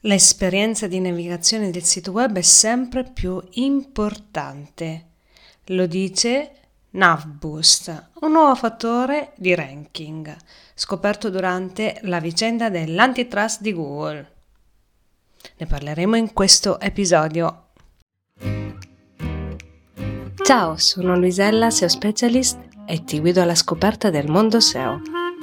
L'esperienza di navigazione del sito web è sempre più importante. Lo dice NavBoost, un nuovo fattore di ranking, scoperto durante la vicenda dell'antitrust di Google. Ne parleremo in questo episodio. Ciao, sono Luisella, SEO Specialist e ti guido alla scoperta del mondo SEO.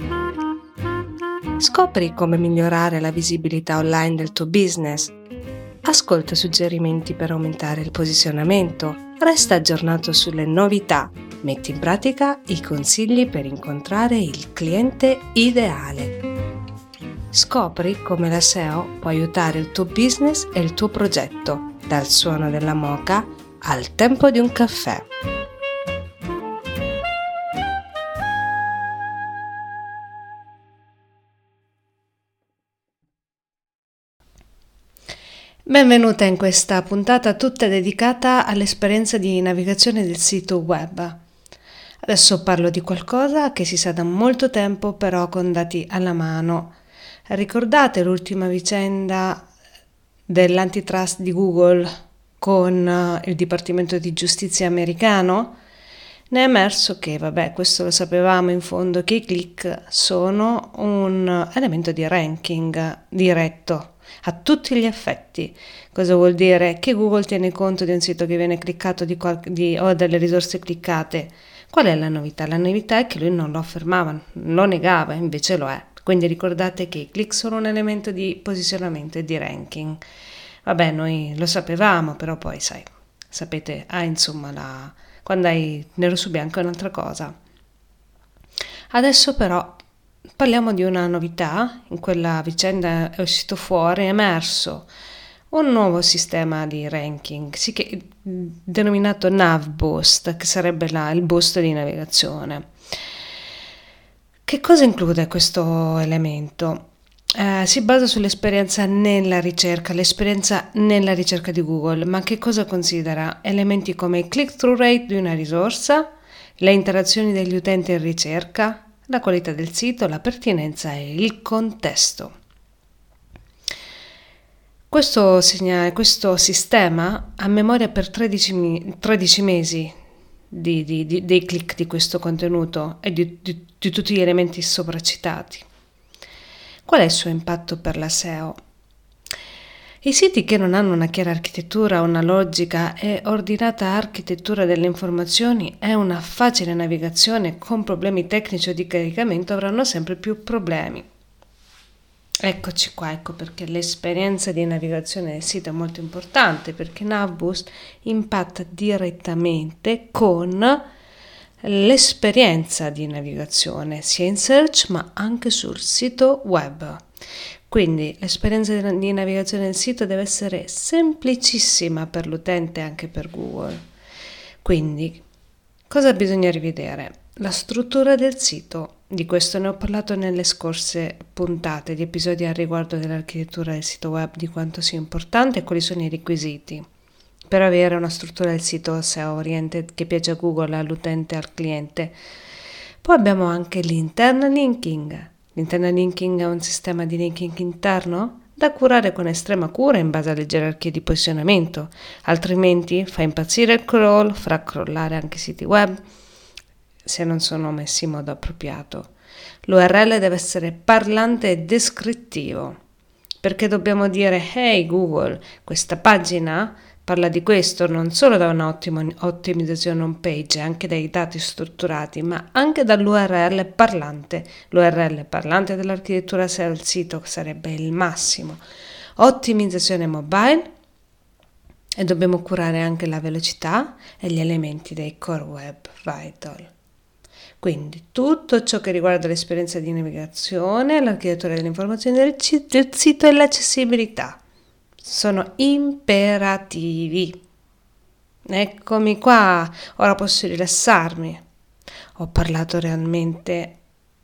Scopri come migliorare la visibilità online del tuo business. Ascolta suggerimenti per aumentare il posizionamento. Resta aggiornato sulle novità. Metti in pratica i consigli per incontrare il cliente ideale. Scopri come la SEO può aiutare il tuo business e il tuo progetto, dal suono della moka al tempo di un caffè. Benvenuta in questa puntata tutta dedicata all'esperienza di navigazione del sito web. Adesso parlo di qualcosa che si sa da molto tempo, però con dati alla mano. Ricordate l'ultima vicenda dell'antitrust di Google con il Dipartimento di Giustizia americano? Ne è emerso che, questo lo sapevamo in fondo, che i click sono un elemento di ranking diretto a tutti gli effetti. Cosa vuol dire? Che Google tiene conto di un sito che viene cliccato o delle risorse cliccate. Qual è la novità? La novità è che lui non lo affermava, lo negava, invece lo è. Quindi ricordate che i click sono un elemento di posizionamento e di ranking. Noi lo sapevamo, però poi sapete, quando hai nero su bianco è un'altra cosa. Adesso però parliamo di una novità. In quella vicenda è uscito fuori, è emerso un nuovo sistema di ranking denominato NavBoost, che sarebbe il boost di navigazione. Che cosa include questo elemento? Si basa sull'esperienza nella ricerca di Google, ma che cosa considera? Elementi come il click-through rate di una risorsa, le interazioni degli utenti in ricerca, la qualità del sito, la pertinenza e il contesto. Questo sistema ha memoria per 13 mesi dei click di questo contenuto e di tutti gli elementi sopracitati. Qual è il suo impatto per la SEO? I siti che non hanno una chiara architettura, una logica e ordinata architettura delle informazioni e una facile navigazione con problemi tecnici o di caricamento avranno sempre più problemi. Eccoci qua, ecco perché l'esperienza di navigazione del sito è molto importante, perché NavBoost impatta direttamente con l'esperienza di navigazione sia in search ma anche sul sito web. Quindi l'esperienza di navigazione del sito deve essere semplicissima per l'utente e anche per Google. Quindi cosa bisogna rivedere? La struttura del sito. Di questo ne ho parlato nelle scorse puntate di episodi a riguardo dell'architettura del sito web, di quanto sia importante e quali sono i requisiti per avere una struttura del sito SEO oriented che piace a Google, all'utente e al cliente. Poi abbiamo anche l'internal linking. L'internal linking è un sistema di linking interno da curare con estrema cura in base alle gerarchie di posizionamento, altrimenti fa impazzire il crawl, farà crollare anche i siti web se non sono messi in modo appropriato. L'URL deve essere parlante e descrittivo, perché dobbiamo dire: hey Google, questa pagina parla di questo, non solo da un'ottima ottimizzazione home page, anche dai dati strutturati, ma anche dall'URL parlante. L'URL parlante dell'architettura SEO del sito sarebbe il massimo. Ottimizzazione mobile, e dobbiamo curare anche la velocità e gli elementi dei core web vital. Quindi tutto ciò che riguarda l'esperienza di navigazione, l'architettura delle informazioni del sito e l'accessibilità sono imperativi. Eccomi qua, ora posso rilassarmi. Ho parlato realmente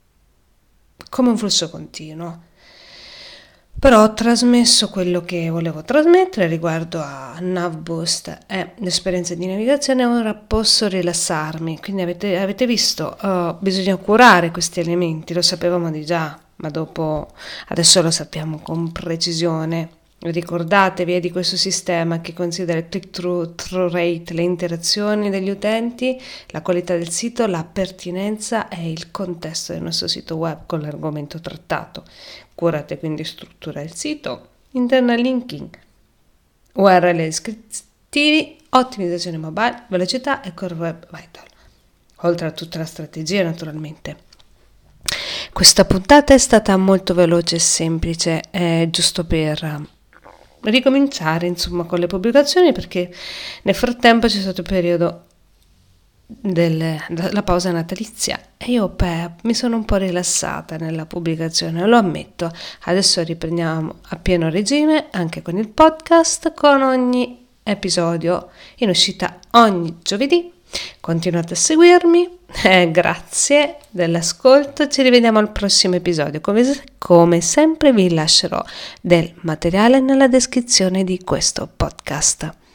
come un flusso continuo, però ho trasmesso quello che volevo trasmettere riguardo a NavBoost e l'esperienza di navigazione. Ora posso rilassarmi. Quindi avete visto, bisogna curare questi elementi, lo sapevamo di già, ma adesso lo sappiamo con precisione. Ricordatevi di questo sistema che considera il click-through rate, le interazioni degli utenti, la qualità del sito, la pertinenza e il contesto del nostro sito web con l'argomento trattato. Curate quindi struttura del sito, internal linking, URL descrittivi, ottimizzazione mobile, velocità e core web vital. Oltre a tutta la strategia, naturalmente. Questa puntata è stata molto veloce e semplice, giusto per ricominciare insomma con le pubblicazioni, perché nel frattempo c'è stato il periodo della pausa natalizia e io mi sono un po' rilassata nella pubblicazione, lo ammetto. Adesso riprendiamo a pieno regime anche con il podcast, con ogni episodio in uscita ogni giovedì. Continuate a seguirmi, grazie dell'ascolto, ci rivediamo al prossimo episodio. Come sempre vi lascerò del materiale nella descrizione di questo podcast.